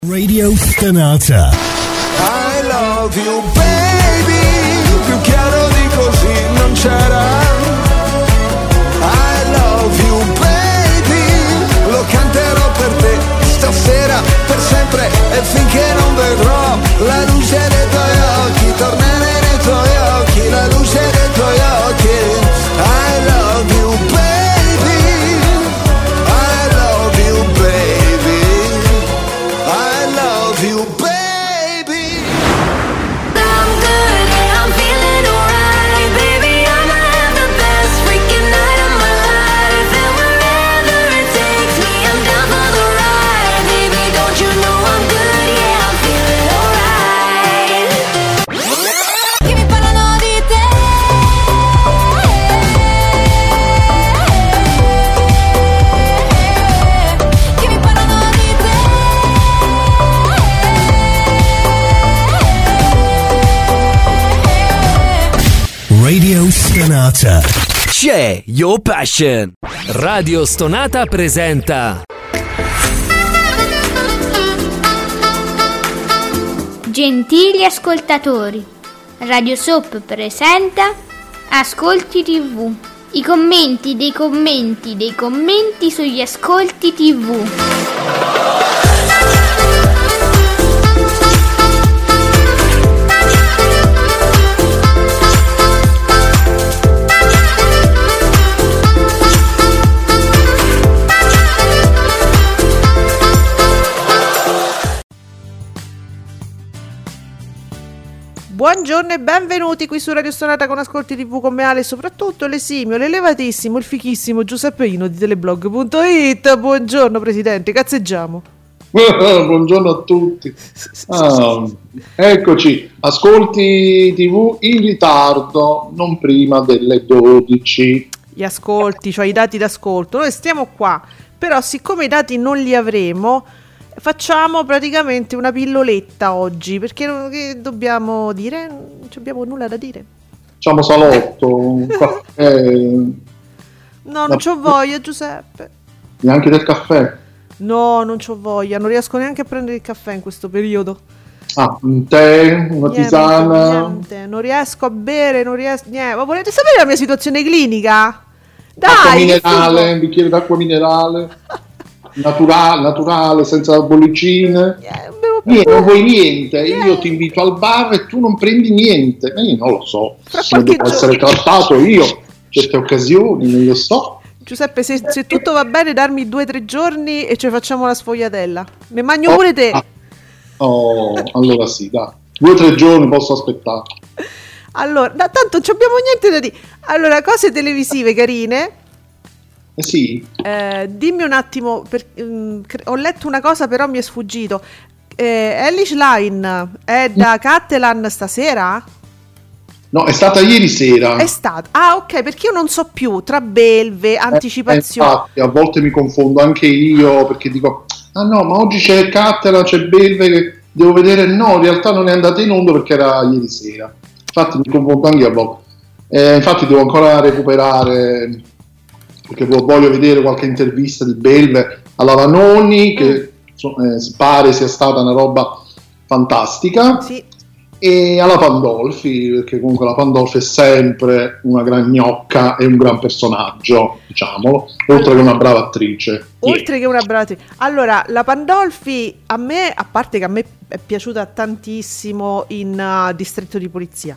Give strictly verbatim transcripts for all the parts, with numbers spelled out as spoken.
Radio Stonata. I love you baby, più chiaro di così non c'era. I love you baby, lo canterò per te stasera, per sempre e finché non vedrò la luce dei tuoi occhi, tornare nei tuoi occhi, la luce dei tuoi occhi. I love you baby, I love you baby, I love you baby. I'm good and I'm feeling alright, baby. I'ma have the best freaking night of my life, and wherever it takes me, I'm down for the ride, baby. Don't you know I'm good? Yeah, I'm feeling alright. Che mi parlano di te, che mi parlano di te. Radio Stonata. C'è Your Passion. Radio Stonata presenta Gentili ascoltatori, Radio Soap presenta Ascolti tivù. I commenti dei commenti dei commenti sugli ascolti tivù. Buongiorno e benvenuti qui su Radio Stonata con Ascolti tivù con me Ale, soprattutto l'esimio, l'elevatissimo, il fichissimo Giuseppeino di teleblog punto it. Buongiorno Presidente, cazzeggiamo. Buongiorno a tutti. Ah, eccoci, Ascolti tivù in ritardo, non prima delle dodici. Gli ascolti, cioè i dati d'ascolto, noi stiamo qua, però siccome i dati non li avremo, facciamo praticamente una pilloletta oggi, perché non- che dobbiamo dire? Non abbiamo nulla da dire. Facciamo salotto, un caffè, No, non c'ho voglia Giuseppe. neanche del caffè. No, non c'ho voglia, non riesco neanche a prendere il caffè in questo periodo. Ah, un tè, una Niente, tisana. niente, non riesco a bere, non riesco. Niente. Ma volete sapere la mia situazione clinica? Acqua Dai, minerale, figo. un bicchiere d'acqua minerale, naturale, naturale, senza bollicine. Eh, bevo Niente, più. non vuoi niente, io ti invito al bar e tu non prendi niente. Eh, io non lo so, Fra come qualche devo essere giorno. trattato io in certe occasioni, non lo so. Giuseppe, se, se tutto va bene, darmi due o tre giorni e ci facciamo la sfogliatella. Mi mangio pure te. Ah, oh, allora sì, dai. Due o tre giorni posso aspettare. Allora, da, tanto non abbiamo niente da dire. Allora, cose televisive carine. Eh sì, Eh, dimmi un attimo, per- mm, cre- ho letto una cosa però mi è sfuggito. Eh, Elish Line è da Catalan stasera? no, è stata ieri sera. È stata. Ah, ok, perché io non so più tra belve, Eh, anticipazioni. infatti, a volte mi confondo anche io perché dico, ah no, ma oggi c'è Cattera, c'è Belve che devo vedere. No, in realtà non è andata in onda perché era ieri sera. Infatti mi confondo anche io a volte. Eh, infatti devo ancora recuperare perché vo- voglio vedere qualche intervista di Belve alla Vanoni che so- eh, pare sia stata una roba fantastica. Sì. E alla Pandolfi, perché comunque la Pandolfi è sempre una gran gnocca e un gran personaggio, diciamolo, oltre che una brava attrice. Oltre che una brava attrice. Allora, la Pandolfi a me, a parte che a me è piaciuta tantissimo in uh, Distretto di Polizia.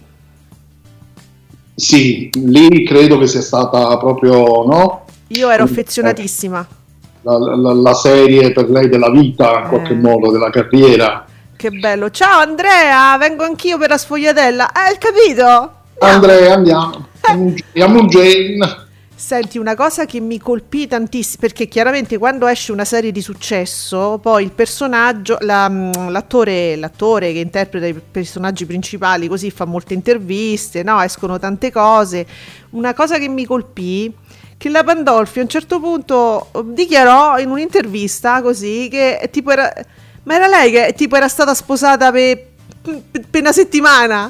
Sì, lì credo che sia stata proprio, no? Io ero affezionatissima. La, la- la serie per lei della vita, in qualche Eh. modo, della carriera. Che bello. Ciao Andrea, vengo anch'io per la sfogliatella. Eh, hai capito? Andrea, andiamo. Andiamo un Jane. Senti, una cosa che mi colpì tantissimo, perché chiaramente quando esce una serie di successo, poi il personaggio, la- mh, l'attore, l'attore che interpreta i personaggi principali, così fa molte interviste, no? Escono tante cose. Una cosa che mi colpì, che la Pandolfi a un certo punto dichiarò in un'intervista così che tipo era, ma era lei che tipo era stata sposata per, per una settimana.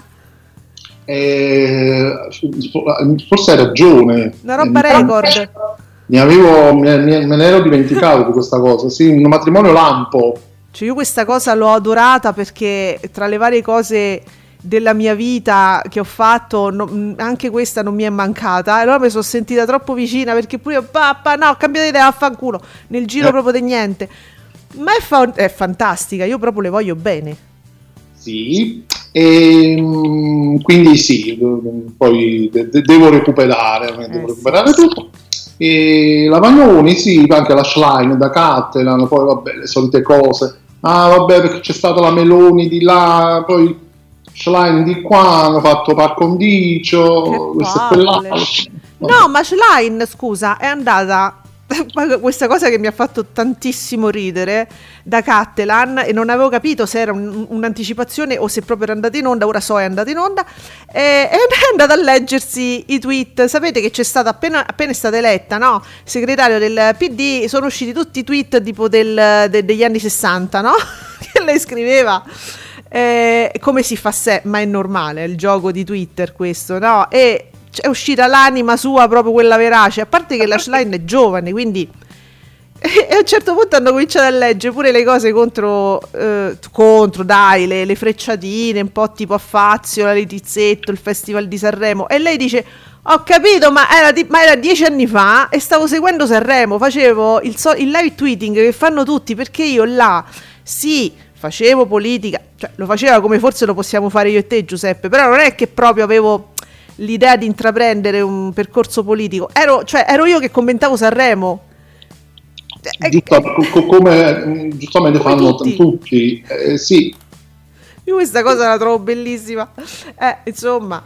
Eh, forse hai ragione. Una roba Eh, record. Mi avevo, mi- mi- me ne ero dimenticato di questa cosa. Sì, un matrimonio lampo. Cioè io questa cosa l'ho adorata perché tra le varie cose della mia vita che ho fatto, no, anche questa non mi è mancata. Allora mi sono sentita troppo vicina perché pure io, papà, no, ho cambiato idea, affanculo, nel giro Eh. proprio di niente. Ma è, fa- è fantastica, io proprio le voglio bene. Sì, e, mm, quindi sì, mm, poi de- de- devo recuperare, eh, devo Eh, recuperare sì. tutto. E la Vagnoni, sì, anche la Schlein da Cattelan, poi vabbè, le solite cose. Ah, vabbè, perché c'è stata la Meloni di là, poi Schlein di qua, hanno fatto par condicio, Che questo e palle. quell'altro. No, ma Schlein, scusa, è andata. Questa cosa che mi ha fatto tantissimo ridere da Cattelan, e non avevo capito se era un- un'anticipazione o se proprio era andata in onda. Ora so è andata in onda e, e è andata a leggersi i tweet. Sapete che c'è stata appena, appena è stata eletta, no? Segretario del P D, sono usciti tutti i tweet tipo del- de- degli anni sessanta, no? Che lei scriveva. Eh, come si fa se, ma è normale, è il gioco di Twitter questo, no? E è uscita l'anima sua, proprio quella verace, a parte che la Schlein è giovane, quindi e a un certo punto hanno cominciato a leggere pure le cose contro, eh, contro dai, le, le frecciatine, un po' tipo a Fazio, la Letizzetto, il Festival di Sanremo, e lei dice: ho capito, ma era, di- ma era dieci anni fa e stavo seguendo Sanremo, facevo il, so- il live tweeting che fanno tutti, perché io là, sì, facevo politica, cioè lo faceva come forse lo possiamo fare io e te, Giuseppe, però non è che proprio avevo l'idea di intraprendere un percorso politico, ero, cioè, ero io che commentavo Sanremo. Eh, Giusto, co- co- come mm, giustamente Come fanno tutti. tutti, eh, sì. Io questa cosa la trovo bellissima. Eh, insomma,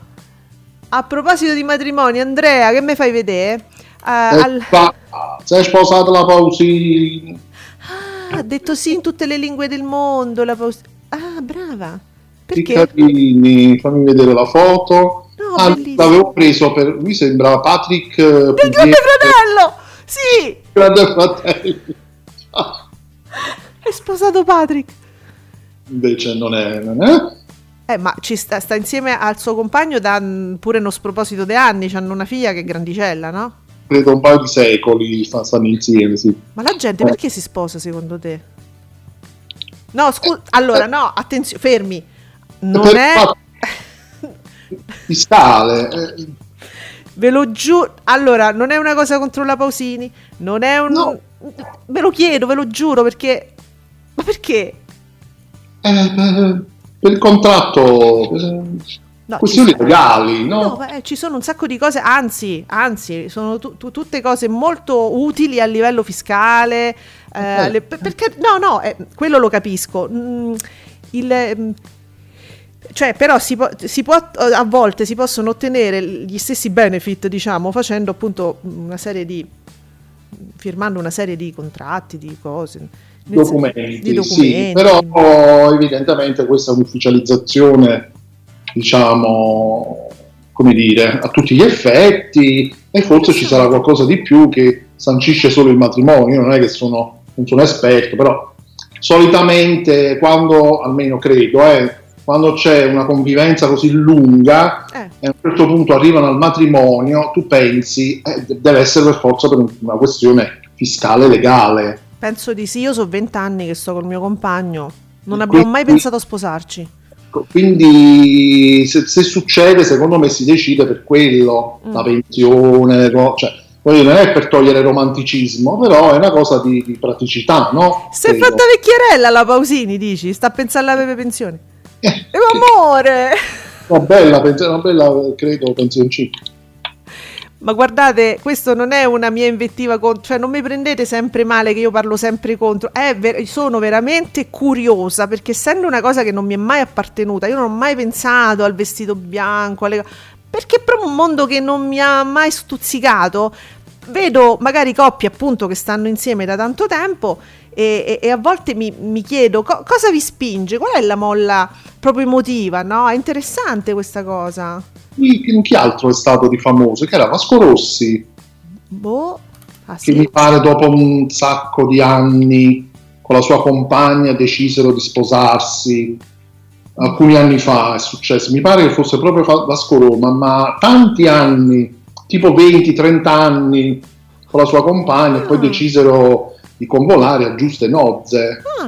a proposito di matrimoni, Andrea, che mi fai vedere? Eh, al- Va, sei sposato la Pausini? Ah, ha detto sì in tutte le lingue del mondo. La paus- ah, brava. Perché? Piccarini, fammi vedere la foto. No, Ah, bellissimo. l'avevo preso per lui, sembrava Patrick eh, Il grande Pugliese, fratello! Sì! grande fratello. Ah, È sposato Patrick. invece non è, non è. Eh, ma ci sta, sta insieme al suo compagno da mm, pure uno sproposito di anni. Hanno una figlia che è grandicella, no? Credo un paio di secoli sta- stanno insieme, sì. Ma la gente perché si sposa secondo te? No, scusa, allora no, attenzione, fermi. Non Per- è, fiscale. eh, ve lo giuro, allora non è una cosa contro la Pausini, non è un, No. ve lo chiedo, ve lo giuro, perché, ma perché? eh, per, per il contratto, per No, questioni ci sta- legali, no? No, beh, ci sono un sacco di cose, anzi, anzi, sono tu- tu- tutte cose molto utili a livello fiscale, eh, le- per- perché, no, no, eh, quello lo capisco. Mm, il, mm, cioè, però si può, si può, a volte si possono ottenere gli stessi benefit, diciamo, facendo appunto una serie di, firmando una serie di contratti, di cose. nel sen- documenti, di sì, documenti. però evidentemente questa è un'ufficializzazione, diciamo, come dire, a tutti gli effetti, e forse ci sarà qualcosa di più che sancisce solo il matrimonio. Io non è che sono, non sono esperto, però solitamente quando, almeno credo, eh, quando c'è una convivenza così lunga Eh. e a un certo punto arrivano al matrimonio, tu pensi, eh, deve essere per forza per una questione fiscale legale. Penso di sì, io so vent'anni che sto col mio compagno, non abbiamo mai Quindi- pensato a sposarci. Quindi se, se succede, secondo me si decide per quello, Mm. la pensione, co- cioè, voglio dire, non è per togliere romanticismo, però è una cosa di, di praticità, no? Si è Credo. fatta vecchierella la Pausini, dici? Sta a pensare alla pepe pensione. Eh, E amore! una bella, pens- una bella, credo, pensioncina. Ma guardate, questo non è una mia invettiva contro, cioè non mi prendete sempre male che io parlo sempre contro, è ver- sono veramente curiosa, perché essendo una cosa che non mi è mai appartenuta, io non ho mai pensato al vestito bianco, alle... perché è proprio un mondo che non mi ha mai stuzzicato. Vedo magari coppie appunto che stanno insieme da tanto tempo e, e- e a volte mi, mi chiedo co- cosa vi spinge, qual è la molla proprio emotiva, no? È interessante questa cosa. Chi, chi altro è stato di famoso? Che era Vasco Rossi, Boh, ah, che sì? mi pare dopo un sacco di anni con la sua compagna decisero di sposarsi. Alcuni anni fa è successo, mi pare che fosse proprio Fa- Vasco Roma, ma tanti anni, tipo venti trenta anni con la sua compagna, e poi Ah. decisero di convolare a giuste nozze. Ah. Eh,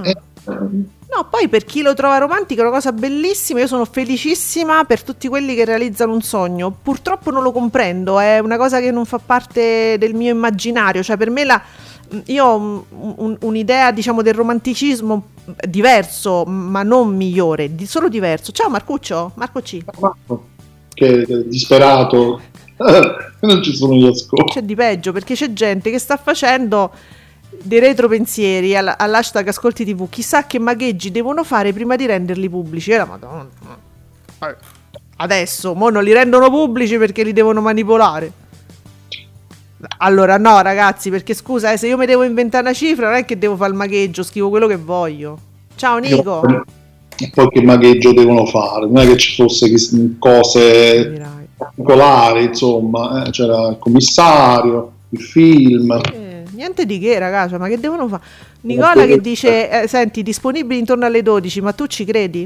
No, poi per chi lo trova romantico è una cosa bellissima, io sono felicissima per tutti quelli che realizzano un sogno. Purtroppo non lo comprendo, è una cosa che non fa parte del mio immaginario, cioè per me la, io ho un- un- un'idea, diciamo, del romanticismo diverso, ma non migliore, di- solo diverso. Ciao Marcuccio, Marco C. Che è disperato. Non ci sono gli ascolti. C'è di peggio, perché c'è gente che sta facendo dei retropensieri all- all'hashtag Ascolti tivù, chissà che magheggi devono fare prima di renderli pubblici. E la Madonna. Eh, Adesso, mo non li rendono pubblici perché li devono manipolare. Allora no ragazzi, perché scusa, eh, se io mi devo inventare una cifra non è che devo fare il magheggio, scrivo quello che voglio. Ciao Nico. E poi che magheggio devono fare? Non è che ci fosse chi- cose Capirai. particolari, insomma, eh, c'era il commissario, il film. Eh, niente di che ragazzi, ma che devono fare? Nicola che dice, eh, senti, disponibili intorno alle dodici, ma tu ci credi?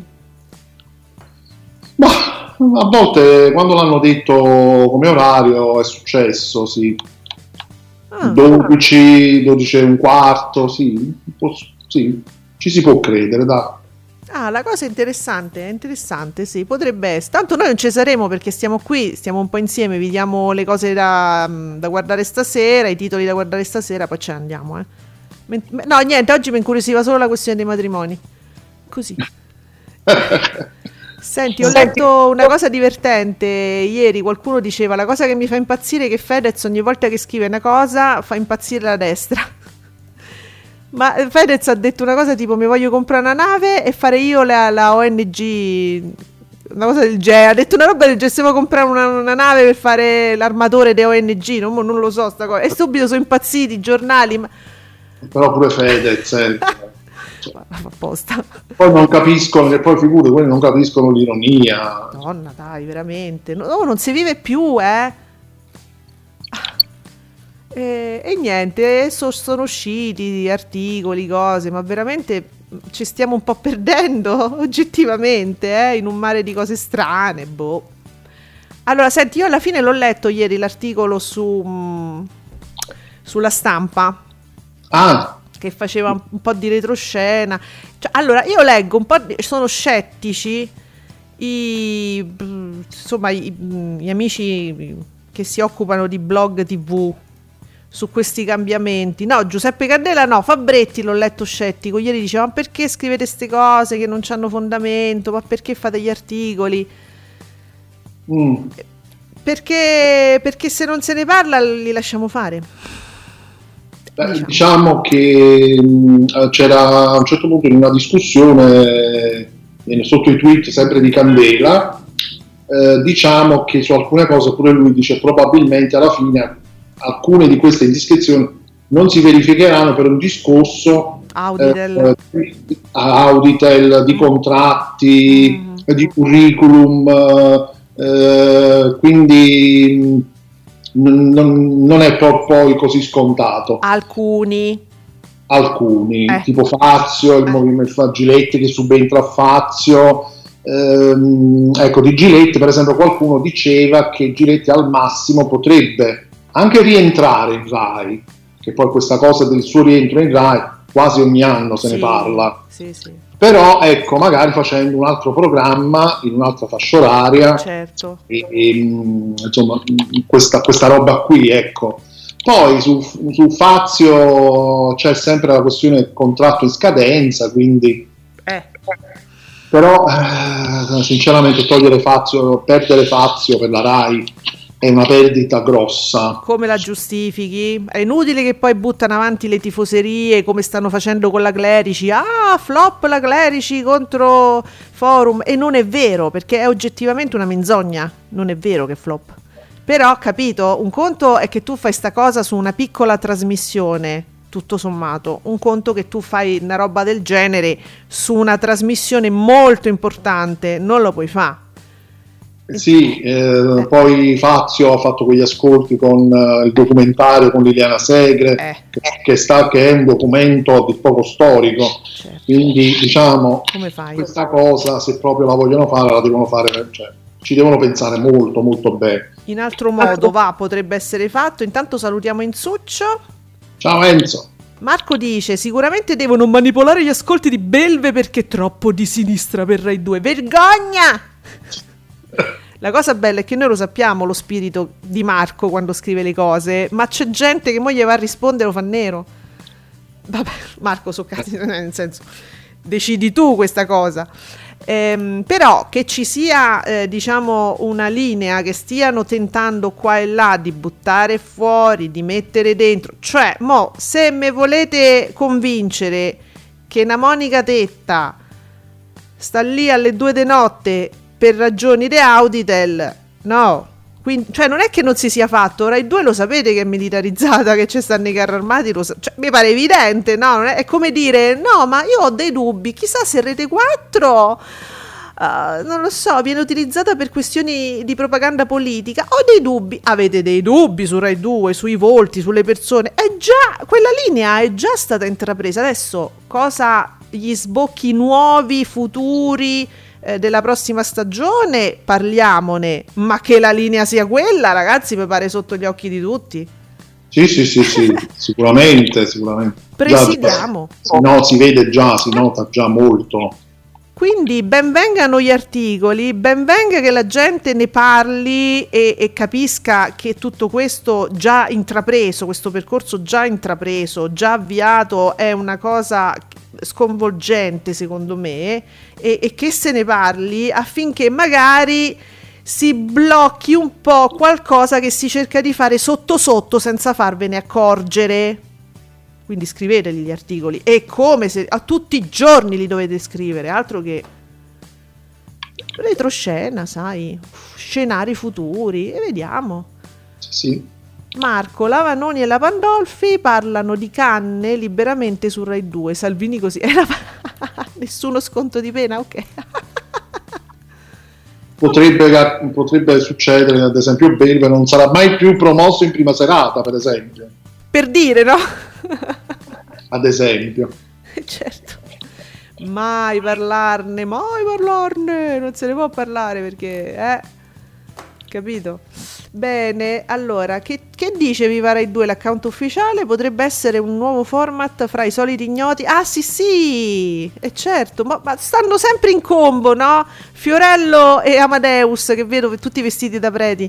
Ma a volte quando l'hanno detto come orario è successo, sì. Ah, dodici, dodici e un quarto, sì, un po' s- sì, ci si può credere, dai. ah, la cosa è interessante, è interessante, sì, potrebbe essere. Tanto noi non ci saremo perché stiamo qui, stiamo un po' insieme, vi diamo le cose da, da guardare stasera, i titoli da guardare stasera, poi ce ne andiamo, eh. Men- No, niente, oggi mi incuriosiva solo la questione dei matrimoni. Così. Senti, ho letto una cosa divertente ieri, qualcuno diceva la cosa che mi fa impazzire è che Fedez ogni volta che scrive una cosa fa impazzire la destra. Ma eh, Fedez ha detto una cosa tipo mi voglio comprare una nave e fare io la, la O N G, una cosa del genere, ha detto una roba del genere, stiamo comprare una, una nave per fare l'armatore dei O N G, non, non lo so sta cosa, e subito sono impazziti i giornali, ma Però pure Fedez, eh. fa apposta. Poi non capiscono, che poi figure, quelli non capiscono l'ironia. Madonna, dai, veramente. No, no, non si vive più, eh. E, e niente, so- sono usciti articoli, cose, ma veramente ci stiamo un po' perdendo, oggettivamente, eh, in un mare di cose strane, boh. Allora, senti, io alla fine l'ho letto ieri l'articolo su mm, sulla Stampa, Ah, che faceva un, un po' di retroscena. Cioè, allora, io leggo un po' di, sono scettici i, insomma, i, gli amici che si occupano di blog tivù su questi cambiamenti. No, Giuseppe Candela no, Fabretti l'ho letto scettico. Ieri diceva, ma perché scrivete queste cose che non hanno fondamento? Ma perché fate gli articoli? mm. Perché, perché se non se ne parla li lasciamo fare. Beh, Diciamo. diciamo che mh, c'era a un certo punto in una discussione eh, sotto i tweet sempre di Candela, eh, diciamo che su alcune cose pure lui dice probabilmente alla fine alcune di queste indiscrezioni non si verificheranno per un discorso Auditel. eh, a Auditel di contratti, Mm. eh, di curriculum, eh, eh, quindi mh, non, non è poi, poi così scontato. Alcuni. Alcuni, Eh. tipo Fazio, il Eh. movimento Giletti che subentra a Fazio. Ehm, ecco, di Giletti per esempio qualcuno diceva che Giletti al massimo potrebbe anche rientrare in Rai, che poi questa cosa del suo rientro in Rai quasi ogni anno se Sì, ne parla, sì, sì, però ecco, magari facendo un altro programma in un'altra fascia oraria, certo. e, e, mh, insomma mh, questa, questa roba qui, ecco. Poi su, su Fazio c'è sempre la questione contratto in scadenza, quindi Eh. però eh, sinceramente togliere Fazio, perdere Fazio per la Rai è una perdita grossa. Come la giustifichi? È inutile che poi buttano avanti le tifoserie come stanno facendo con la Clerici. Ah, flop la Clerici contro Forum. E non è vero, perché è oggettivamente una menzogna. Non è vero che è flop. Però, capito, un conto è che tu fai sta cosa su una piccola trasmissione, tutto sommato. Un conto che tu fai una roba del genere su una trasmissione molto importante. Non lo puoi fare. Sì, eh, poi Fazio ha fatto quegli ascolti con eh, il documentario con Liliana Segre, Eh. che, che, sta, che è un documento a dir poco storico, Certo. quindi diciamo Come fai? questa cosa se proprio la vogliono fare la devono fare, cioè, ci devono pensare molto molto bene. In altro modo va, potrebbe essere fatto. Intanto salutiamo Insuccio. Ciao Enzo. Marco dice: sicuramente devono manipolare gli ascolti di Belve perché è troppo di sinistra per Rai due. Vergogna! La cosa bella è che noi lo sappiamo lo spirito di Marco quando scrive le cose, ma c'è gente che mo gli va a rispondere e lo fa nero. Vabbè, Marco, so cazzi, nel senso, decidi tu questa cosa. Ehm, però che ci sia eh, diciamo una linea che stiano tentando qua e là di buttare fuori, di mettere dentro, cioè mo se me volete convincere che una Monica Tetta sta lì alle due di notte per ragioni di Auditel, no, quindi, cioè non è che non si sia fatto, Rai due lo sapete che è militarizzata, che ci stanno i carri armati, lo sa- cioè, mi pare evidente, no? Non è, è come dire, no, ma io ho dei dubbi, chissà se Rete quattro, uh, non lo so, viene utilizzata per questioni di propaganda politica, ho dei dubbi, avete dei dubbi su Rai due, sui volti, sulle persone, è già, quella linea è già stata intrapresa, adesso cosa, gli sbocchi nuovi, futuri, della prossima stagione parliamone, ma che la linea sia quella, ragazzi, mi pare sotto gli occhi di tutti. Sì, sì, sì, sì, sicuramente, sicuramente. Presidiamo. Già, no, si vede già, si nota già molto. Quindi ben vengano gli articoli, ben venga che la gente ne parli e, e capisca che tutto questo già intrapreso, questo percorso già intrapreso, già avviato, è una cosa sconvolgente secondo me, e, e che se ne parli affinché magari si blocchi un po' qualcosa che si cerca di fare sotto sotto senza farvene accorgere. Quindi scriveteli gli articoli, e come se a tutti i giorni li dovete scrivere, altro che retroscena, sai, scenari futuri, e vediamo. Sì. Marco, la Vanoni e la Pandolfi parlano di canne liberamente su Rai due, Salvini così, era... nessuno sconto di pena, ok. Potrebbe, potrebbe succedere, ad esempio Belve non sarà mai più promosso in prima serata, per esempio. Per dire, no? Ad esempio. Certo. Mai parlarne, mai parlarne, non se ne può parlare perché, eh, capito? Bene, allora, che, che dice Viva Rai due? L'account ufficiale potrebbe essere un nuovo format fra i soliti ignoti. Ah sì sì, è certo, ma, ma stanno sempre in combo, no? Fiorello e Amadeus, che vedo tutti vestiti da preti.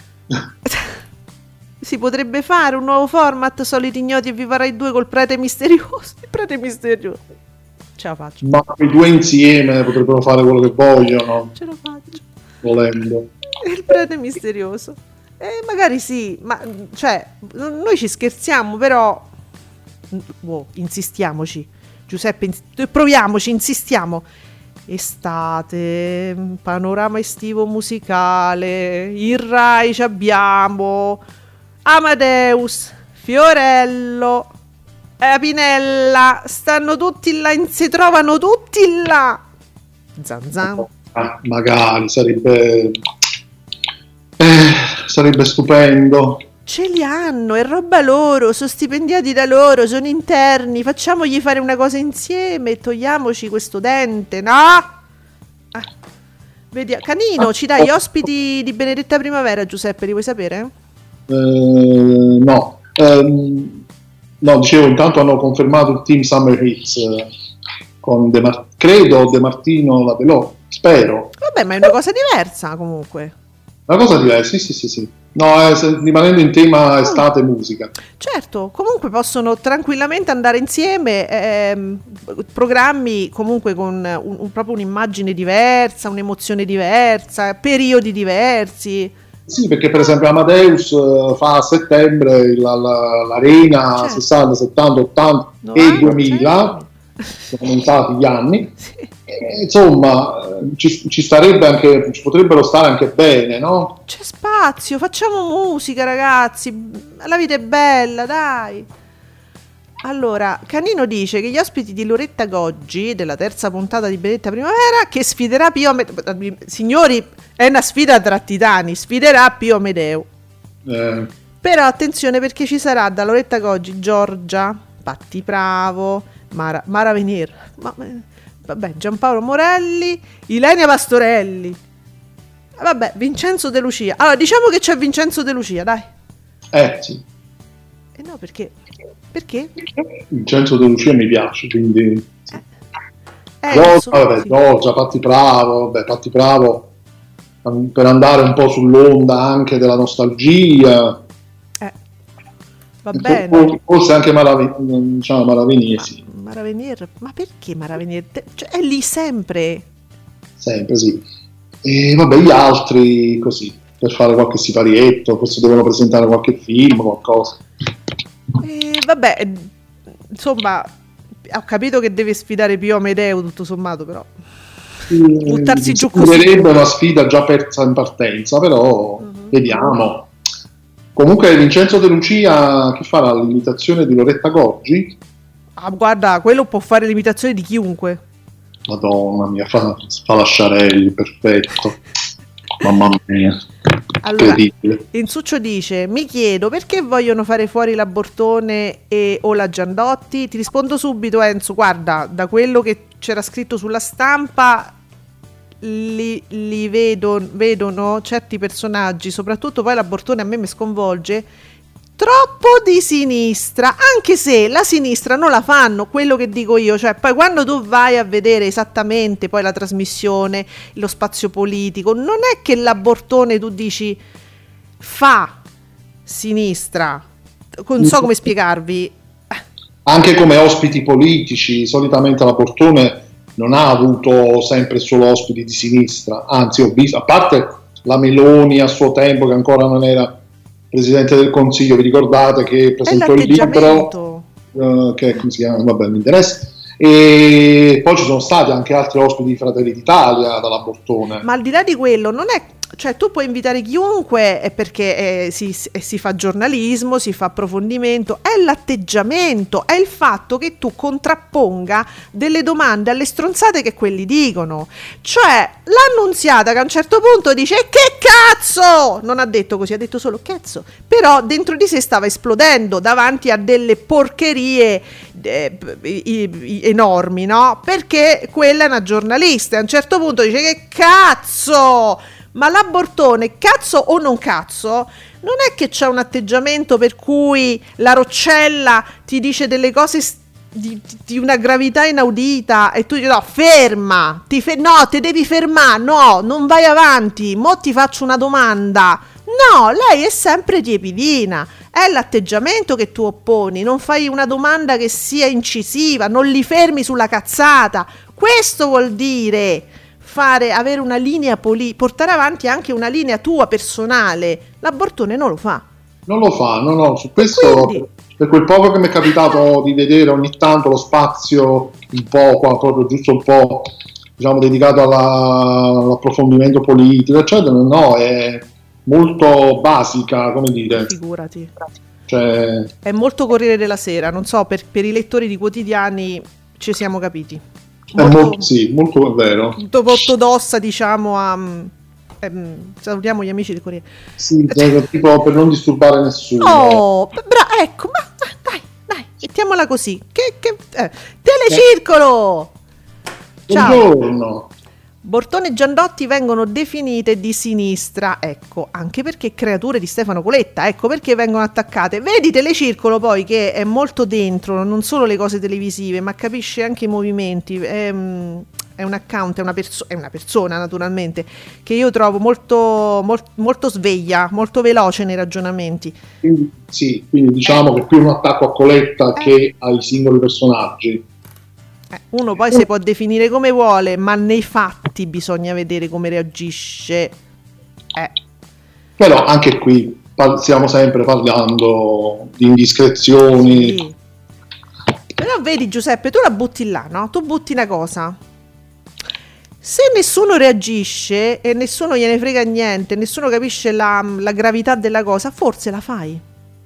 Si potrebbe fare un nuovo format soliti ignoti e Viva Rai due col prete misterioso. Il prete misterioso. Ce la faccio. Ma i due insieme potrebbero fare quello che vogliono. Ce la faccio. Volendo. Il prete misterioso. Eh, magari sì, ma cioè, noi ci scherziamo, però wow, insistiamoci. Giuseppe, ins- proviamoci, insistiamo. Estate, panorama estivo musicale, il Rai ci abbiamo Amadeus, Fiorello, eh, Pinella, stanno tutti là, in- si trovano tutti là. Zan zan. Ah, magari sarebbe eh, sarebbe stupendo. Ce li hanno, è roba loro, sono stipendiati da loro, sono interni, facciamogli fare una cosa insieme e togliamoci questo dente, no? Ah, vediamo. Canino, ci dai gli ospiti di Benedetta Primavera, Giuseppe, li vuoi sapere? Eh, no, ehm, no, dicevo, intanto hanno confermato il team Summer Hits eh, con De Mar- credo De Martino Lavelò, spero. Vabbè, ma è una cosa diversa comunque. Una cosa diversa, sì, sì, sì, sì. No, eh, se- rimanendo in tema estate e musica. Certo, comunque possono tranquillamente andare insieme, ehm, programmi comunque con un, un- proprio un'immagine diversa, un'emozione diversa, periodi diversi. Sì, perché per esempio Amadeus eh, fa a settembre la- la- l'Arena Certo. sessanta, settanta, ottanta e novanta, duemila, cento. sono aumentati gli anni. Sì. E, insomma, eh, ci, ci starebbe anche, ci potrebbero stare anche bene, no? C'è spazio, facciamo musica ragazzi, la vita è bella, dai. Allora, Canino dice che gli ospiti di Loretta Goggi, della terza puntata di Benedetta Primavera, che sfiderà Pio Amedeo, signori, è una sfida tra titani, sfiderà Pio Amedeo. Eh, Però attenzione, perché ci sarà da Loretta Goggi Giorgia, Patti Bravo, Mara, Mara Venier, ma, eh, vabbè, Giampaolo Morelli, Ilenia Pastorelli, vabbè, Vincenzo De Lucia. Allora, diciamo che c'è Vincenzo De Lucia, dai. eh, sì. Eh no, perché? Perché? Vincenzo De Lucia mi piace, quindi... Sì. Eh, Giorgia, so, vabbè, sì. Giorgia, Patti Bravo, vabbè, Patti Bravo, per andare un po' sull'onda anche della nostalgia. Eh, va bene. Forse anche Marav- diciamo Maraviglia, sì. Maravenier, ma perché Maravenier? Te- Cioè, è lì sempre. Sempre, sì. E vabbè, gli altri così, per fare qualche siparietto, forse devono presentare qualche film, qualcosa. E vabbè, insomma, ho capito che deve sfidare Pio Amedeo, tutto sommato, però buttarsi giù così. Sarebbe una sfida già persa in partenza, però Mhm. vediamo. Comunque Vincenzo De Lucia che farà l'imitazione di Loretta Goggi? Ah, guarda, quello può fare l'imitazione di chiunque. Madonna mia, fa, fa la Sciarelli, perfetto. Mamma mia, Allora, incredibile. Insuccio dice: mi chiedo perché vogliono fare fuori la Bortone e o la Giandotti. Ti rispondo subito, Enzo. Guarda, da quello che c'era scritto sulla stampa, li, li vedo, vedono certi personaggi, soprattutto poi la Bortone a me mi sconvolge, troppo di sinistra, anche se la sinistra non la fanno, quello che dico io, cioè poi quando tu vai a vedere esattamente poi la trasmissione, lo spazio politico, non è che la Bortone tu dici fa sinistra, non so come spiegarvi. Anche come ospiti politici, solitamente la Portone non ha avuto sempre solo ospiti di sinistra, anzi ho visto, a parte la Meloni a suo tempo che ancora non era Presidente del Consiglio, vi ricordate che È presentò il libro, l'atteggiamento. eh, che come si chiama? Vabbè, mi interessa. E poi ci sono stati anche altri ospiti di Fratelli d'Italia dalla Bortone. Ma al di là di quello, non è, cioè tu puoi invitare chiunque è perché eh, si, eh, si fa giornalismo, si fa approfondimento, è l'atteggiamento, è il fatto che tu contrapponga delle domande alle stronzate che quelli dicono. Cioè l'annunziata che a un certo punto dice che cazzo, non ha detto così, ha detto solo cazzo, però dentro di sé stava esplodendo davanti a delle porcherie eh, i- i- enormi, no? Perché quella è una giornalista e a un certo punto dice che cazzo. Ma la Bortone, cazzo o non cazzo, non è che c'è un atteggiamento per cui la Roccella ti dice delle cose s- di, di una gravità inaudita e tu dici no, ferma, ti fe- no, ti devi fermare, no, non vai avanti, mo ti faccio una domanda. No, lei è sempre tiepidina, è l'atteggiamento che tu opponi, non fai una domanda che sia incisiva, non li fermi sulla cazzata. Questo vuol dire fare, avere una linea poli- portare avanti anche una linea tua personale. La Bortone non lo fa. Non lo fa, no, no, su questo, Quindi- per quel poco che mi è capitato di vedere ogni tanto lo spazio, un po', qua, proprio giusto un po', diciamo, dedicato alla- all'approfondimento politico, eccetera, no, è molto basica, come dire, Figurati. cioè, È molto Corriere della Sera, non so, per, per i lettori di quotidiani ci siamo capiti. è molto, sì, molto vero. molto ortodossa, diciamo, a... ehm, salutiamo gli amici del Corriere. Sì, cioè, tipo per non disturbare nessuno. Oh, bra- ecco, ma ma dai, dai, mettiamola così. Che, che, eh, Telecircolo! Ciao. Buongiorno. Bortone e Giandotti vengono definite di sinistra, ecco, anche perché creature di Stefano Coletta, ecco perché vengono attaccate. Vedi Telecircolo poi che è molto dentro, non solo le cose televisive, ma capisce anche i movimenti, è, mm, è un account, è una, perso- è una persona naturalmente, che io trovo molto, mol- molto sveglia, molto veloce nei ragionamenti. Quindi, sì, quindi diciamo che più un attacco a Coletta che ai singoli personaggi. Eh, uno poi si può definire come vuole, ma nei fatti bisogna vedere come reagisce. Eh. Però anche qui par- stiamo sempre parlando di indiscrezioni. Sì. Però vedi Giuseppe, tu la butti là, no? Tu butti una cosa. Se nessuno reagisce e nessuno gliene frega niente, nessuno capisce la, la gravità della cosa, forse la fai.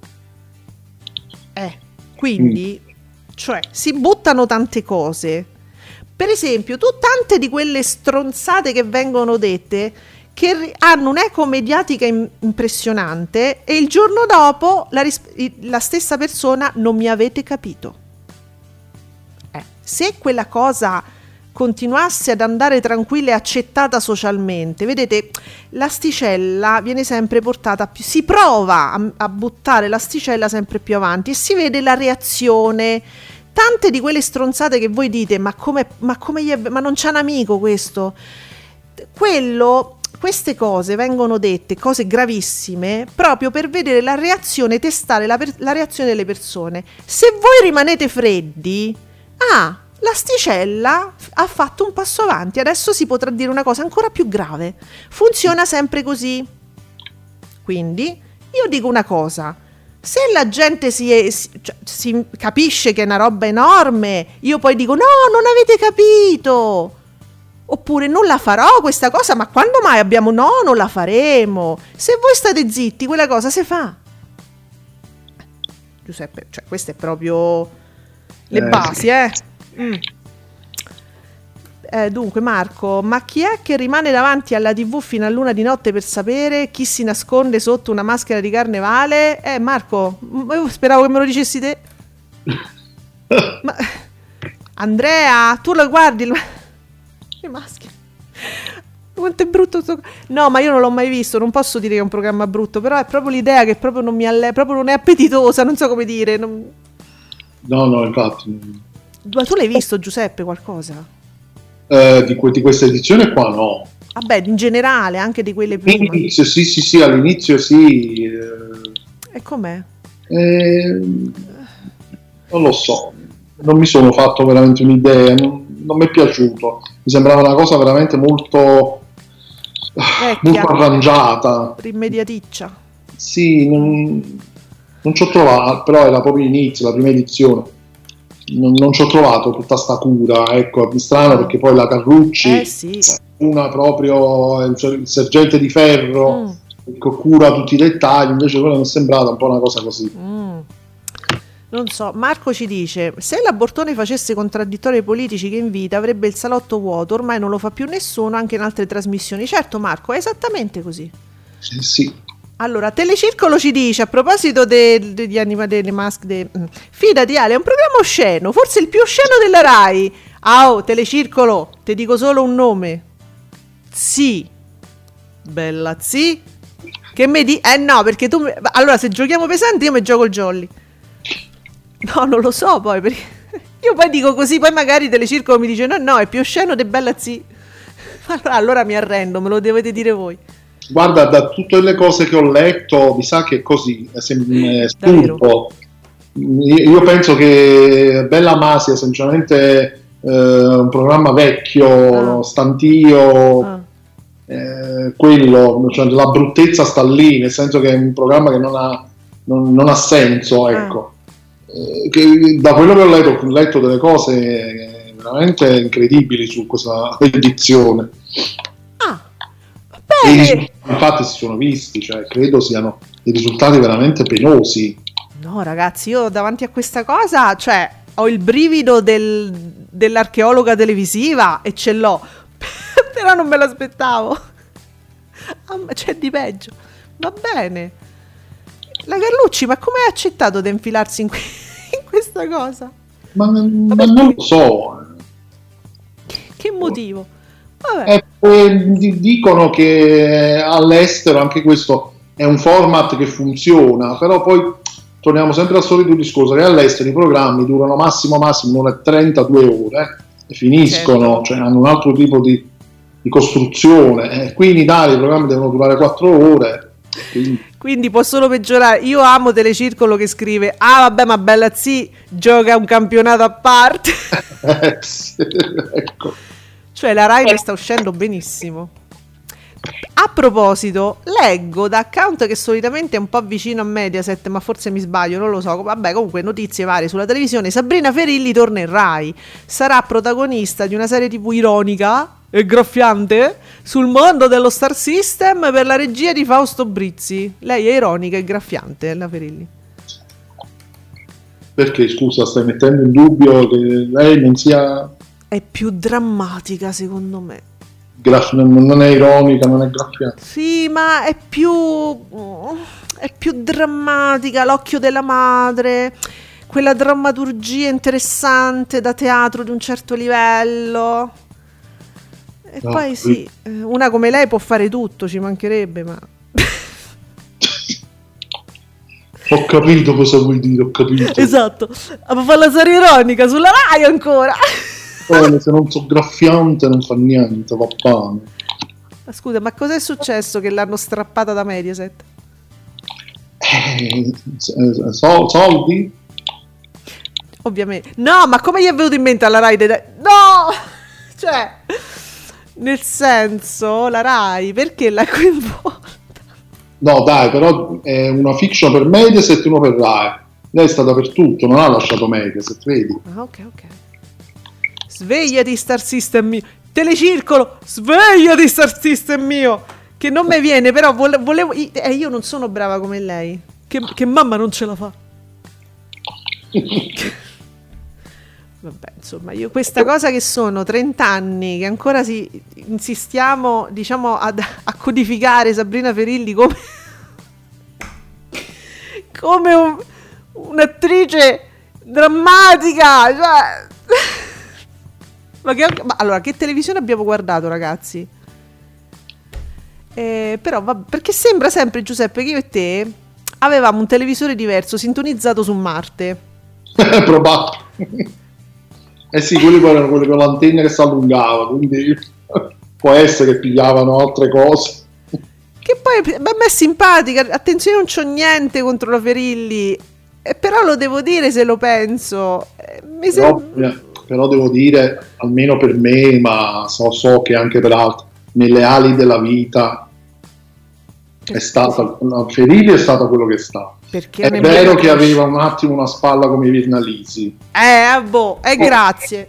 Eh, quindi, cioè, si buttano tante cose. Per esempio, tu tante di quelle stronzate che vengono dette che ri- hanno un'eco mediatica im- impressionante e il giorno dopo la, ris- i- la stessa persona non mi avete capito. Eh, se quella cosa continuasse ad andare tranquilla e accettata socialmente, vedete, l'asticella viene sempre portata più, si prova a, a buttare l'asticella sempre più avanti e si vede la reazione. Tante di quelle stronzate che voi dite, ma come, ma come gli è, ma non c'è un amico questo, quello, queste cose vengono dette, cose gravissime, proprio per vedere la reazione, testare la, per, la reazione delle persone. Se voi rimanete freddi, ah, l'asticella ha fatto un passo avanti, adesso si potrà dire una cosa ancora più grave. Funziona sempre così. Quindi io dico una cosa: se la gente si, è, si, cioè, si capisce che è una roba enorme, io poi dico no, non avete capito, oppure non la farò questa cosa, ma quando mai abbiamo no, non la faremo. Se voi state zitti, quella cosa si fa. Giuseppe, cioè queste è proprio le eh, basi, eh. Mm. Eh, dunque Marco, ma chi è che rimane davanti alla tivù fino a luna di notte per sapere chi si nasconde sotto una maschera di carnevale? Eh Marco, io speravo che me lo dicessi te. Ma Andrea, tu lo guardi le maschere? Quanto è brutto sto... No, ma io non l'ho mai visto, non posso dire che è un programma brutto, però è proprio l'idea che proprio non mi alle... proprio non è appetitosa, non so come dire. Non... No, no, infatti. Ma tu l'hai visto, Giuseppe, qualcosa? Eh, di, que- di questa edizione qua no. Vabbè, in generale, anche di quelle prima. All'inizio sì, sì, sì, all'inizio sì. Eh, E com'è? eh, non lo so, non mi sono fatto veramente un'idea, non, non mi è piaciuto. Mi sembrava una cosa veramente molto, Vecchia. molto arrangiata. Rimmediaticcia. Sì, non, non ci ho trovato, però era proprio l'inizio, la prima edizione. Non, non ci ho trovato tutta sta cura, ecco, è strano perché poi la Carrucci, Eh sì. una proprio il, il sergente di ferro, Mm. che cura tutti i dettagli, invece quella mi è sembrata un po' una cosa così. Mm. Non so, Marco ci dice: se la Bortone facesse contraddittori ai politici che invita, avrebbe il salotto vuoto, ormai non lo fa più nessuno, anche in altre trasmissioni. Certo Marco, è esattamente così. Sì, sì. Allora, Telecircolo ci dice, a proposito de- de- di anima delle maschere, de- fidati Ale, è un programma osceno, forse il più osceno della Rai. Ah, oh, Telecircolo, ti dico solo un nome. Zi. Bella Zi. Che mi di... Eh no, perché tu... Allora, se giochiamo pesante io mi gioco il jolly. No, non lo so poi, perché... Io poi dico così, poi magari Telecircolo mi dice no, no, è più osceno di Bella Zi. Allora, allora mi arrendo, me lo dovete dire voi. Guarda, da tutte le cose che ho letto, mi sa che è così, è sem- è Davvero? stupro. Io penso che Bella Ma sia semplicemente eh, un programma vecchio, Ah. stantio, Ah. eh, quello, cioè la bruttezza sta lì, nel senso che è un programma che non ha, non, non ha senso, ecco. Eh, che, da quello che ho letto, ho letto delle cose veramente incredibili su questa edizione. Ah, E i bene. risultati, infatti si sono visti, cioè credo siano dei risultati veramente penosi. No, ragazzi, io davanti a questa cosa, cioè, ho il brivido del, dell'archeologa televisiva e ce l'ho, però non me l'aspettavo. Ah, ma c'è di peggio. Va bene. La Carlucci, ma come hai accettato di infilarsi in, que- in questa cosa? Ma, ma non lo so. Che motivo? Vabbè. Eh, eh, di- dicono che all'estero anche questo è un format che funziona, però poi torniamo sempre al solito discorso che all'estero i programmi durano massimo massimo un'ora e trentadue ore e finiscono, Certo. cioè hanno un altro tipo di, di costruzione. Eh, qui in Italia i programmi devono durare quattro ore. Quindi, Quindi può solo peggiorare. Io amo Telecircolo che scrive: ah vabbè, ma Bella Zi gioca un campionato a parte. eh, sì, ecco. Cioè la Rai ne sta uscendo benissimo. A proposito, leggo da account che solitamente è un po' vicino a Mediaset, ma forse mi sbaglio, non lo so. Vabbè, comunque notizie varie sulla televisione. Sabrina Ferilli torna in Rai. Sarà protagonista di una serie tivù ironica e graffiante sul mondo dello Star System per la regia di Fausto Brizzi. Lei è ironica e graffiante, la Ferilli. Perché scusa, stai mettendo in dubbio che lei non sia È più drammatica, secondo me. graf- non è ironica, non è graffiante. Sì, ma è più è più drammatica, l'occhio della madre, quella drammaturgia interessante da teatro di un certo livello. E No, poi sì, eh, una come lei può fare tutto, ci mancherebbe, ma... Ho capito cosa vuoi dire, ho capito. Esatto, ma fa la serie ironica sulla Rai ancora. Poi, se non so graffiante non fa niente, va bene. Ma scusa, ma cos'è successo che l'hanno strappata da Mediaset? Eh, so- soldi? Ovviamente. No, ma come gli è venuto in mente alla Rai? De- no! Cioè, nel senso, la Rai, perché l'ha coinvolta? No dai, però è una fiction per Mediaset e uno per Rai. Lei è stata per tutto, non ha lasciato Mediaset, vedi? Ah, ok, ok. Svegliati, Star System mio. Telecircolo, svegliati, Star System mio. Che non mi viene, però vole- volevo... Eh, io non sono brava come lei. Che, che mamma non ce la fa. Vabbè, insomma, io questa cosa che sono trenta anni, che ancora si insistiamo, diciamo, ad, a codificare Sabrina Ferilli come, come un, un'attrice drammatica, cioè... ma, che, ma allora, che televisione abbiamo guardato, ragazzi? Eh, però, va, perché sembra sempre, Giuseppe, che io e te avevamo un televisore diverso, sintonizzato su Marte. Probabile. Eh sì, quelli poi erano quelli con l'antenna che si allungava, quindi può essere che pigliavano altre cose. Che poi a me è simpatica, attenzione, non c'ho niente contro la Ferilli, eh, però lo devo dire se lo penso. Eh, mi Però, sembra... eh, però devo dire, almeno per me, ma so, so che anche per altri, nelle ali della vita è stata, la Ferilli è stata quello che è stata. Perché È nemmeno- vero che aveva un attimo una spalla come i Virnalisi, Eh, boh, eh, grazie.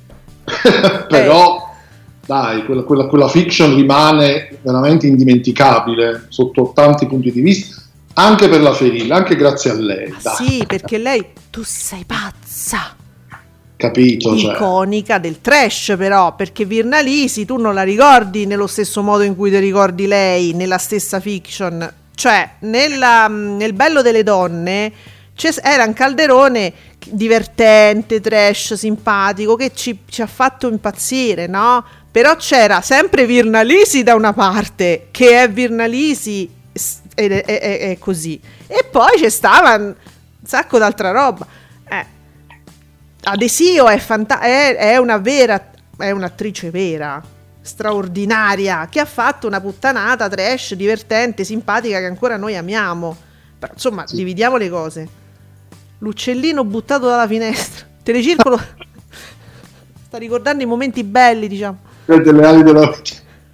però dai, quella, quella, quella fiction rimane veramente indimenticabile sotto tanti punti di vista, anche per la Ferilli, anche grazie a lei. Dai, Sì, perché lei, tu sei pazza. capito? Cioè, Iconica del trash, però, perché Virnalisi tu non la ricordi nello stesso modo in cui ti ricordi lei nella stessa fiction. Cioè, nella, nel Bello delle donne c'è- era un calderone divertente, trash, simpatico, che ci, ci ha fatto impazzire, no? Però c'era sempre Virnalisi da una parte, che è Virnalisi s- ed è, è- è- è così. E poi c'è stava un sacco d'altra roba. Eh, Adesio è, fanta- è, è una vera, è un'attrice vera, straordinaria, che ha fatto una puttanata trash, divertente, simpatica, che ancora noi amiamo. Però insomma, Sì. dividiamo le cose. L'uccellino buttato dalla finestra, Telecircolo sta ricordando i momenti belli, diciamo. delle ali della vita.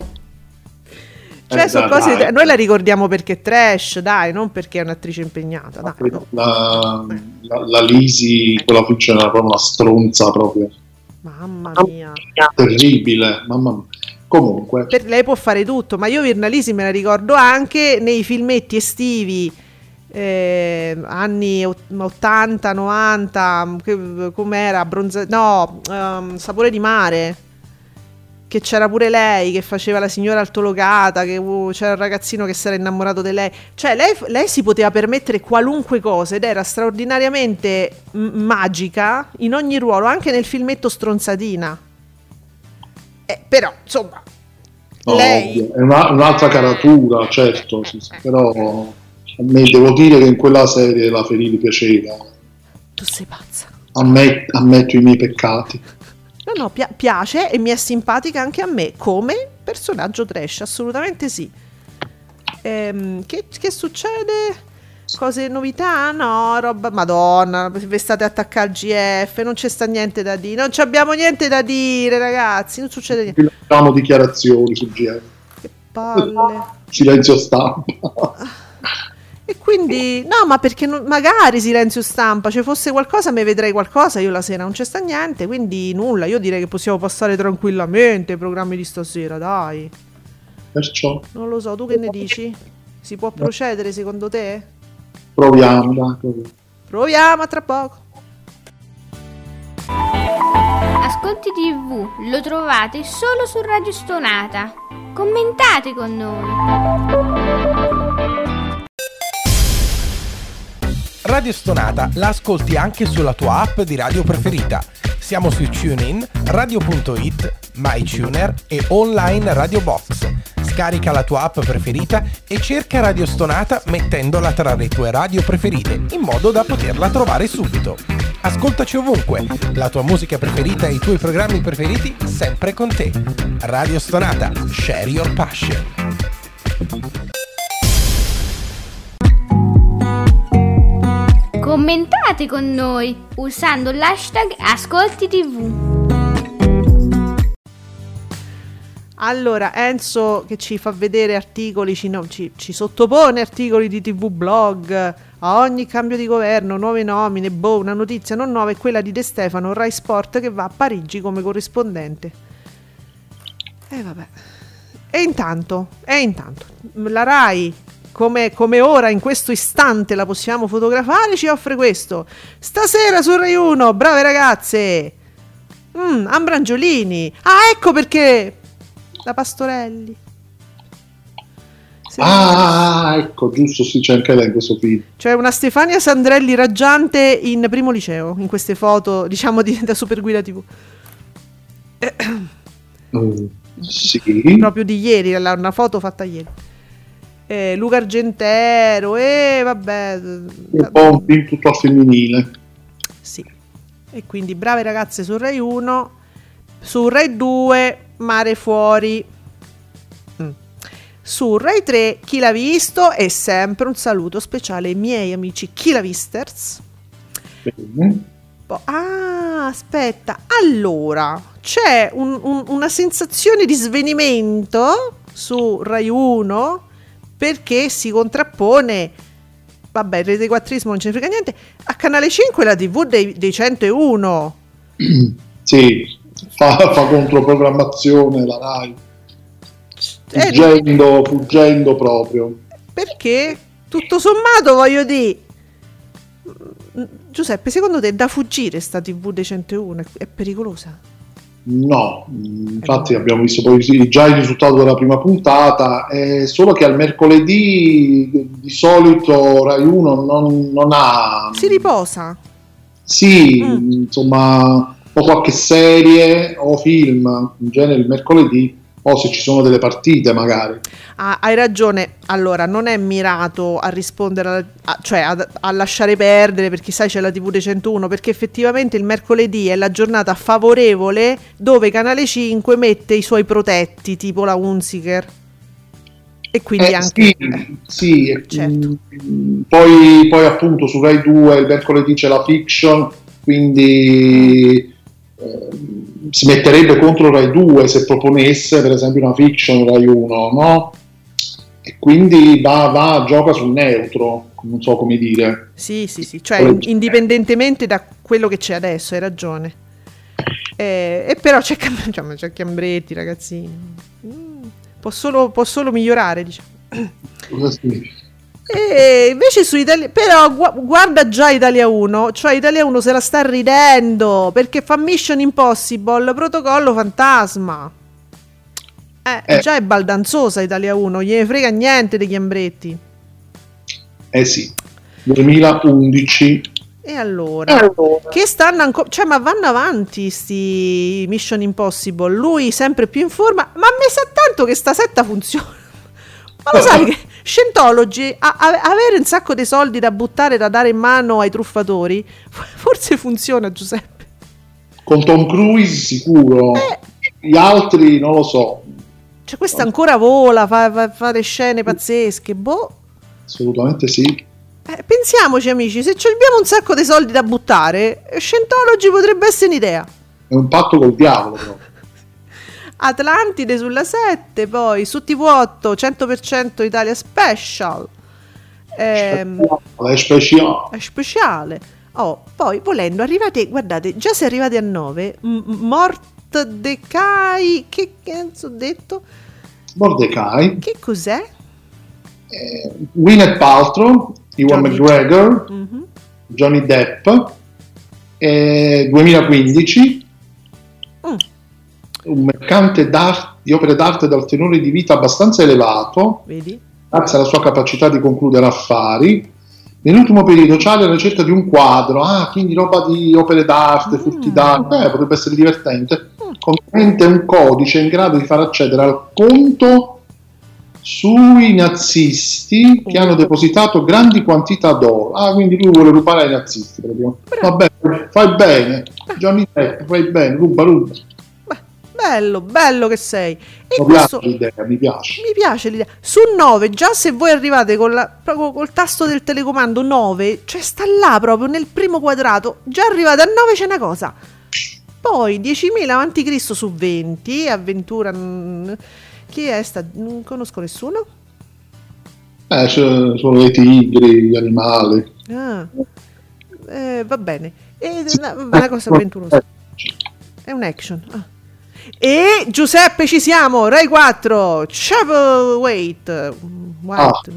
Cioè, Eh, sono dai, cose, dai. noi la ricordiamo perché è trash, dai, non perché è un'attrice impegnata, dai, no. La, la, la Lisi, quella fiction era proprio una stronza proprio Mamma mia. terribile, mamma mia. Comunque, Per lei può fare tutto, ma io Virnalisi me la ricordo anche nei filmetti estivi, eh, anni ott- ottanta, novanta, che- com'era? Bronza- no, ehm, Sapore di mare, che c'era pure lei, che faceva la signora altolocata, che uh, c'era il ragazzino che si era innamorato di lei. Cioè lei, lei si poteva permettere qualunque cosa ed era straordinariamente m- magica in ogni ruolo, anche nel filmetto Stronzatina. Eh, però, insomma, no, lei... è una- un'altra caratura, certo, sì, sì, però a me devo dire che in quella serie la Ferilli piaceva. Tu sei pazza. Ammet- ammetto i miei peccati. No, no, pia- piace e mi è simpatica anche a me come personaggio trash, assolutamente sì. Ehm, che, che succede? Cose novità? No, roba... Madonna, vi state attaccare al G F, non c'è sta niente da dire, non ci abbiamo niente da dire, ragazzi, non succede niente. Facciamo dichiarazioni sul G R. Che palle. Silenzio stampa. E quindi, no, ma perché non- magari silenzio stampa, ci fosse qualcosa, me vedrei qualcosa, io la sera non c'è sta niente, quindi nulla, io direi che possiamo passare tranquillamente i programmi di stasera, dai. Perciò Non lo so, tu che ne dici? Si può procedere secondo te? proviamo, dai, proviamo. Proviamo a tra poco. Ascolti tivù lo trovate solo su Radio Stonata. Commentate con noi. Radio Stonata la ascolti anche sulla tua app di radio preferita. Siamo su TuneIn, radio punto it, MyTuner e online Radio Box. Scarica la tua app preferita e cerca Radio Stonata mettendola tra le tue radio preferite, in modo da poterla trovare subito. Ascoltaci ovunque, la tua musica preferita e i tuoi programmi preferiti sempre con te. Radio Stonata, share your passion. Commentate con noi usando l'hashtag Ascolti tivù. Allora, Enzo che ci fa vedere articoli, ci, no, ci, ci sottopone articoli di tivù blog. A ogni cambio di governo, nuove nomine, boh, una notizia non nuova è quella di De Stefano, Rai Sport che va a Parigi come corrispondente. E vabbè. E intanto, e intanto, la Rai, come, come ora, in questo istante la possiamo fotografare, ci offre questo. Stasera su Rai uno, brave ragazze! Mm, Ambrangiolini. Ah, ecco perché... La Pastorelli. Sì. Ah, ecco, giusto, sì, c'è anche lei in questo film. Cioè una Stefania Sandrelli raggiante in primo liceo, in queste foto, diciamo, di, da super guida tivù. Mm, sì. Proprio di ieri, una foto fatta ieri. Eh, Luca Argentero, e eh, vabbè. Un po' un film tutto al femminile. Sì. E quindi brave ragazze su Rai uno, su Rai due... Mare Fuori, mm. Su Rai tre Chi l'ha visto, e sempre un saluto speciale ai miei amici Chi l'ha visters. Bene. Po- ah, aspetta, allora c'è un, un, una sensazione di svenimento su Rai uno perché si contrappone, vabbè, il retequattrismo non ce ne frega niente, a Canale cinque la tivù dei, dei centouno. Sì. Fa, fa controprogrammazione la Rai, fuggendo, eh, fuggendo proprio. Perché tutto sommato, voglio dire, Giuseppe, secondo te da fuggire sta tivù dei centouno è, è pericolosa? No, infatti eh no. Abbiamo visto poi già il risultato della prima puntata, è solo che al mercoledì di solito Rai uno non, non ha... Si riposa? Sì, mm. insomma... o qualche serie o film, in genere il mercoledì, o se ci sono delle partite magari. Ah, hai ragione, allora non è mirato a rispondere, a, a, cioè a, a lasciare perdere, perché sai c'è la tivù dei centouno, perché effettivamente il mercoledì è la giornata favorevole dove Canale cinque mette i suoi protetti, tipo la Hunziker. E quindi eh, anche... Sì, eh, sì. Certo. Poi, poi appunto su Rai due il mercoledì c'è la fiction, quindi... Eh, si metterebbe contro Rai due se proponesse per esempio una fiction Rai uno, no? E quindi va, va gioca sul neutro, non so come dire. Sì, sì, sì, cioè in, indipendentemente da quello che c'è adesso, hai ragione. Eh, e però c'è, diciamo, c'è Chiambretti, ragazzini. Mm, può, solo, può solo migliorare, diciamo. Sì. E invece su Italia, però gu- guarda già Italia uno, cioè Italia uno se la sta ridendo perché fa Mission Impossible, protocollo fantasma. Eh, eh. Già è baldanzosa Italia uno, gliene frega niente dei Chiambretti. Eh sì, duemilaundici. E allora, e allora. Che stanno ancora, cioè ma vanno avanti sti Mission Impossible, lui sempre più in forma, ma a me sa tanto che sta setta funziona. Ma lo sai che Scientology, a, a, avere un sacco di soldi da buttare, da dare in mano ai truffatori, forse funziona, Giuseppe. Con Tom Cruise sicuro, eh. Gli altri non lo so. Cioè questa ancora vola, fa, fa, fa le scene pazzesche, boh. Assolutamente sì. Eh, pensiamoci amici, se abbiamo un sacco di soldi da buttare, Scientology potrebbe essere un'idea. È un patto col diavolo però. Atlantide sulla sette, poi su T V otto cento per cento Italia Special. Ehm, è speciale. È speciale. Oh, poi volendo arrivate, guardate, già si è arrivati a nove. M- Mordecai, che cazzo ho detto? Mordecai. Che cos'è? Eh, Gwyneth Paltrow, Ewan McGregor, mm-hmm. Johnny Depp, eh, duemilaquindici. Mm. Un mercante di opere d'arte dal tenore di vita abbastanza elevato, vedi? Grazie alla sua capacità di concludere affari. Nell'ultimo periodo c'ha alla ricerca di un quadro, ah, quindi roba di opere d'arte, mm. furti d'arte, eh, potrebbe essere divertente. Mm. contenente un codice in grado di far accedere al conto sui nazisti che hanno depositato grandi quantità d'oro. Ah, quindi lui vuole rubare ai nazisti proprio. Vabbè, fai bene, Johnny Depp, fai bene, ruba, ruba. Bello, bello che sei. E Mi questo piace l'idea, mi piace. mi piace l'idea. Su nove, già se voi arrivate con la, proprio col tasto del telecomando nove, cioè sta là proprio nel primo quadrato, già arrivate a nove c'è una cosa. Poi diecimila avanti Cristo su venti, avventura. mm, Chi è sta? Non conosco nessuno. Eh, c'è- sono le tigri, gli animali. Ah, eh, va bene. E una, una cosa avventurosa. È un action. Ah. E Giuseppe, ci siamo. Rai quattro. Chapel Wait. White.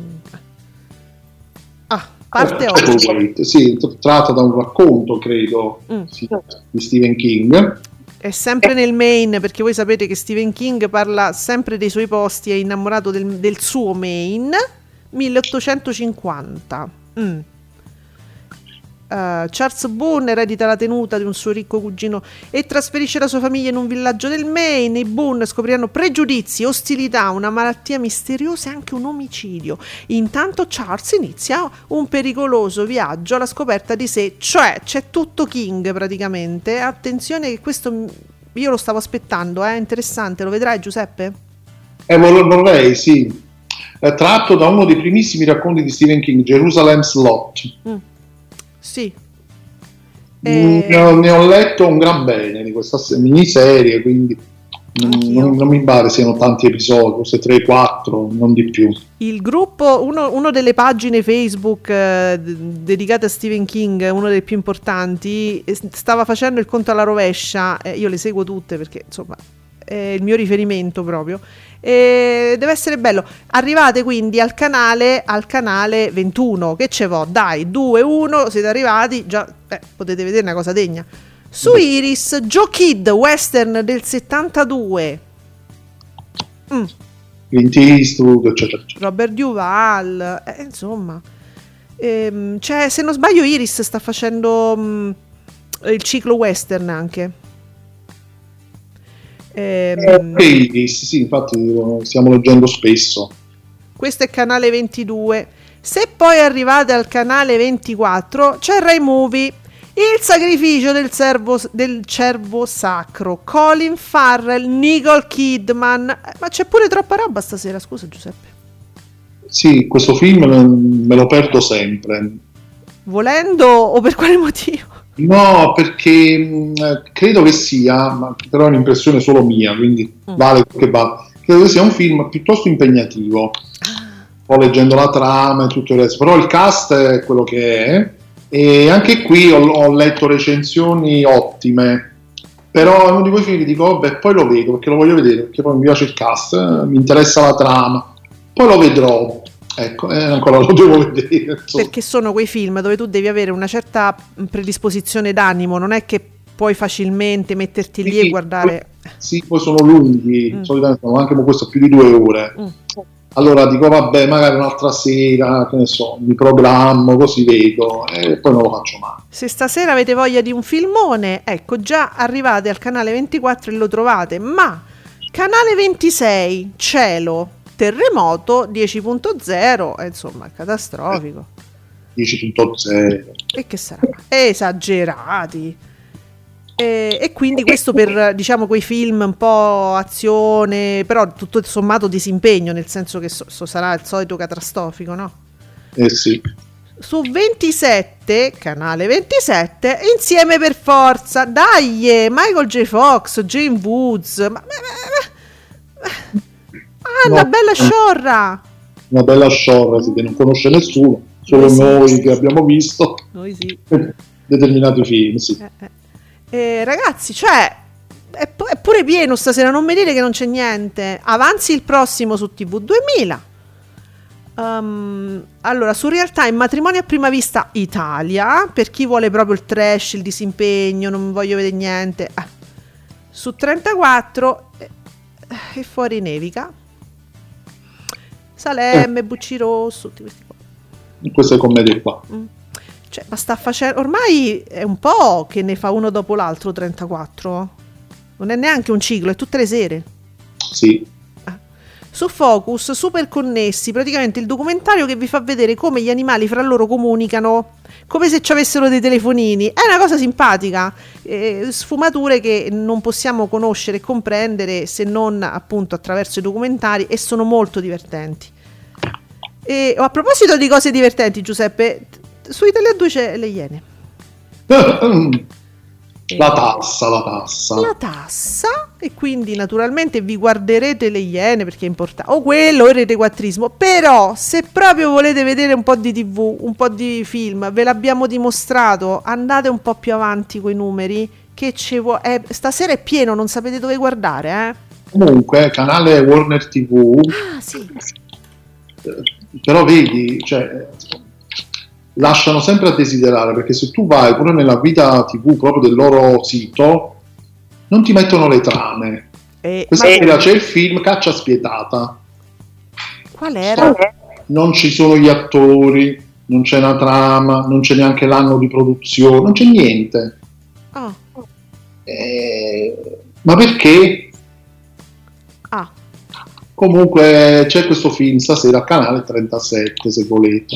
Ah, parte Eh, oggi. Wait, sì, tr- tratta da un racconto, credo, Mm. sì, di Stephen King. È sempre nel Maine, perché voi sapete che Stephen King parla sempre dei suoi posti, è innamorato del, del suo Maine, milleottocentocinquanta. Mm. Uh, Charles Boone eredita la tenuta di un suo ricco cugino e trasferisce la sua famiglia in un villaggio del Maine. I Boone scopriranno pregiudizi, ostilità, una malattia misteriosa e anche un omicidio. Intanto Charles inizia un pericoloso viaggio alla scoperta di sé, cioè c'è tutto King praticamente. Attenzione che questo m- io lo stavo aspettando, è eh? interessante, lo vedrai Giuseppe? Eh, vol- vorrei, sì. È tratto da uno dei primissimi racconti di Stephen King, Jerusalem's Lot. Mm. Sì. Mm, Eh, Ne ho, ne ho letto un gran bene di questa se- miniserie, quindi mm, Anch'io. non, non mi pare siano tanti episodi, forse tre quattro, non di più. Il gruppo, uno, uno delle pagine Facebook eh, d- dedicate a Stephen King, uno dei più importanti, eh, stava facendo il conto alla rovescia, eh, io le seguo tutte perché insomma è il mio riferimento proprio, e deve essere bello. Arrivate quindi al canale, al canale ventuno, che ce vo? Dai, due, uno, siete arrivati, già eh, potete vedere una cosa degna. Su Iris, Joe Kidd, western del settantadue. Mm. Clint Eastwood, eccetera, eccetera. Robert Duval, eh, insomma, Ehm, cioè, se non sbaglio Iris sta facendo mm, il ciclo western anche. Ehm, Eh, sì, sì, infatti lo stiamo leggendo spesso. questo è canale ventidue. Se poi arrivate al canale ventiquattro c'è Rai Movie, il sacrificio del, servo, del cervo sacro, Colin Farrell, Nicole Kidman. Eh, ma c'è pure troppa roba stasera, scusa Giuseppe. Sì, questo film me me lo perdo sempre. Volendo o per quale motivo? No, perché mh, credo che sia, ma però è un'impressione solo mia, quindi Mm. vale quel che va. Credo che sia un film piuttosto impegnativo. Sto leggendo la trama e tutto il resto, però il cast è quello che è. E anche qui ho, ho letto recensioni ottime. Però è uno di quei film che dico, vabbè, poi lo vedo perché lo voglio vedere, perché poi mi piace il cast, eh, mi interessa la trama, poi lo vedrò. Ecco, eh, ancora lo devo vedere. insomma. Perché sono quei film dove tu devi avere una certa predisposizione d'animo, non è che puoi facilmente metterti lì Sì, e guardare. Sì, poi sono lunghi, Mm. solitamente sono anche con questo più di due ore. Mm. Allora dico, vabbè, magari un'altra sera, che ne so, mi programmo, così vedo, e poi non lo faccio mai. Se stasera avete voglia di un filmone, ecco, già arrivate al canale ventiquattro e lo trovate, ma canale ventisei, cielo, terremoto dieci punto zero, eh, insomma, è catastrofico. dieci punto zero. E che sarà? Esagerati. E, e quindi questo per, diciamo, quei film un po' azione, però tutto sommato disimpegno, nel senso che so, so sarà il solito catastrofico, no? Eh sì. Su ventisette, canale ventisette, insieme per forza, dai, Michael J. Fox, Jane Woods, ma, ma, ma- ma- ah, una No. bella sciorra. Una bella sciorra, sì, che non conosce nessuno, solo Noi sì. noi che abbiamo visto Noi sì. determinati film, sì. Eh, eh. Eh, ragazzi, cioè, è, pu- è pure pieno stasera, non mi dire che non c'è niente. Avanzi il prossimo su T V duemila. Um, allora, su Real Time, Matrimonio a prima vista Italia, per chi vuole proprio il trash, il disimpegno, non voglio vedere niente. Ah. Su trentaquattro eh, e fuori nevica. Salemme, Bucci Rosso, tutti questi qua. Queste commedie qua. Mm. Cioè, ma sta facendo, ormai è un po' che ne fa uno dopo l'altro trentaquattro. Non è neanche un ciclo, è tutte le sere. Sì. Su Focus, super connessi, praticamente il documentario che vi fa vedere come gli animali fra loro comunicano, come se ci avessero dei telefonini. È una cosa simpatica, eh, sfumature che non possiamo conoscere e comprendere se non appunto attraverso i documentari, e sono molto divertenti. E a proposito di cose divertenti, Giuseppe, su Italia due c'è le Iene. La tassa, la tassa. La tassa, e quindi naturalmente vi guarderete le Iene perché è importante, o quello o il retequattrismo. Però se proprio volete vedere un po' di tv, un po' di film, ve l'abbiamo dimostrato, andate un po' più avanti coi numeri, che ci vuo- eh, stasera è pieno, non sapete dove guardare, eh? Comunque, canale Warner tivù, Ah sì, eh, però vedi, cioè, lasciano sempre a desiderare, perché se tu vai pure nella guida tivù proprio del loro sito, non ti mettono le trame. eh, Questa ma sera c'è il film Caccia spietata, qual era? non ci sono gli attori, non c'è una trama, non c'è neanche l'anno di produzione, non c'è niente. Ah, Eh, ma perché? ah. Comunque c'è questo film stasera, canale trentasette, se volete.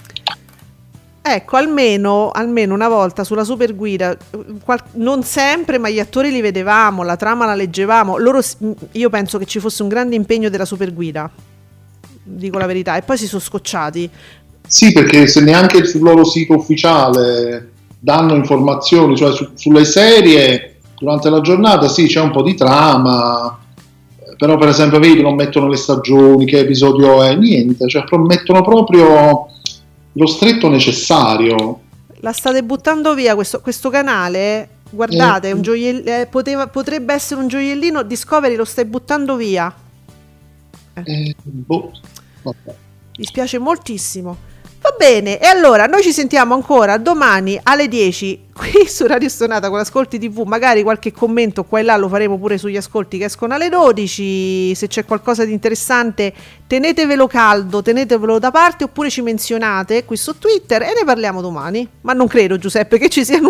Ecco, almeno, almeno una volta sulla super guida, qual- non sempre, ma gli attori li vedevamo, la trama la leggevamo. Loro, s- io penso che ci fosse un grande impegno della super guida, dico la verità, e poi si sono scocciati. Sì, perché se neanche sul loro sito ufficiale danno informazioni, cioè su- sulle serie durante la giornata, sì, c'è un po' di trama, però per esempio vedi, non mettono le stagioni, che episodio è, niente, cioè pro- mettono proprio lo stretto necessario. La state buttando via questo, questo canale? Guardate, Eh. è un gioiell- eh, poteva- potrebbe essere un gioiellino. Discovery lo stai buttando via. Eh, boh, vabbè. Mi spiace moltissimo. Va bene, e allora noi ci sentiamo ancora domani alle dieci qui su Radio Stonata con Ascolti tivù. Magari qualche commento qua e là lo faremo pure sugli ascolti che escono alle dodici. Se c'è qualcosa di interessante tenetevelo caldo, tenetevelo da parte, oppure ci menzionate qui su Twitter e ne parliamo domani. Ma non credo, Giuseppe, che ci siano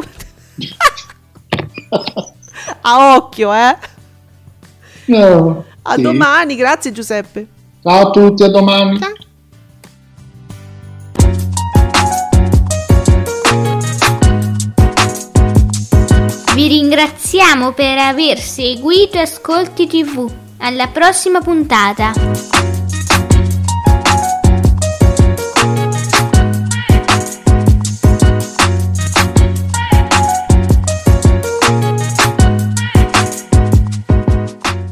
a occhio, eh. No, A sì. domani, grazie Giuseppe. Ciao a tutti, a domani. Ciao. Vi ringraziamo per aver seguito Ascolti tivù. Alla prossima puntata.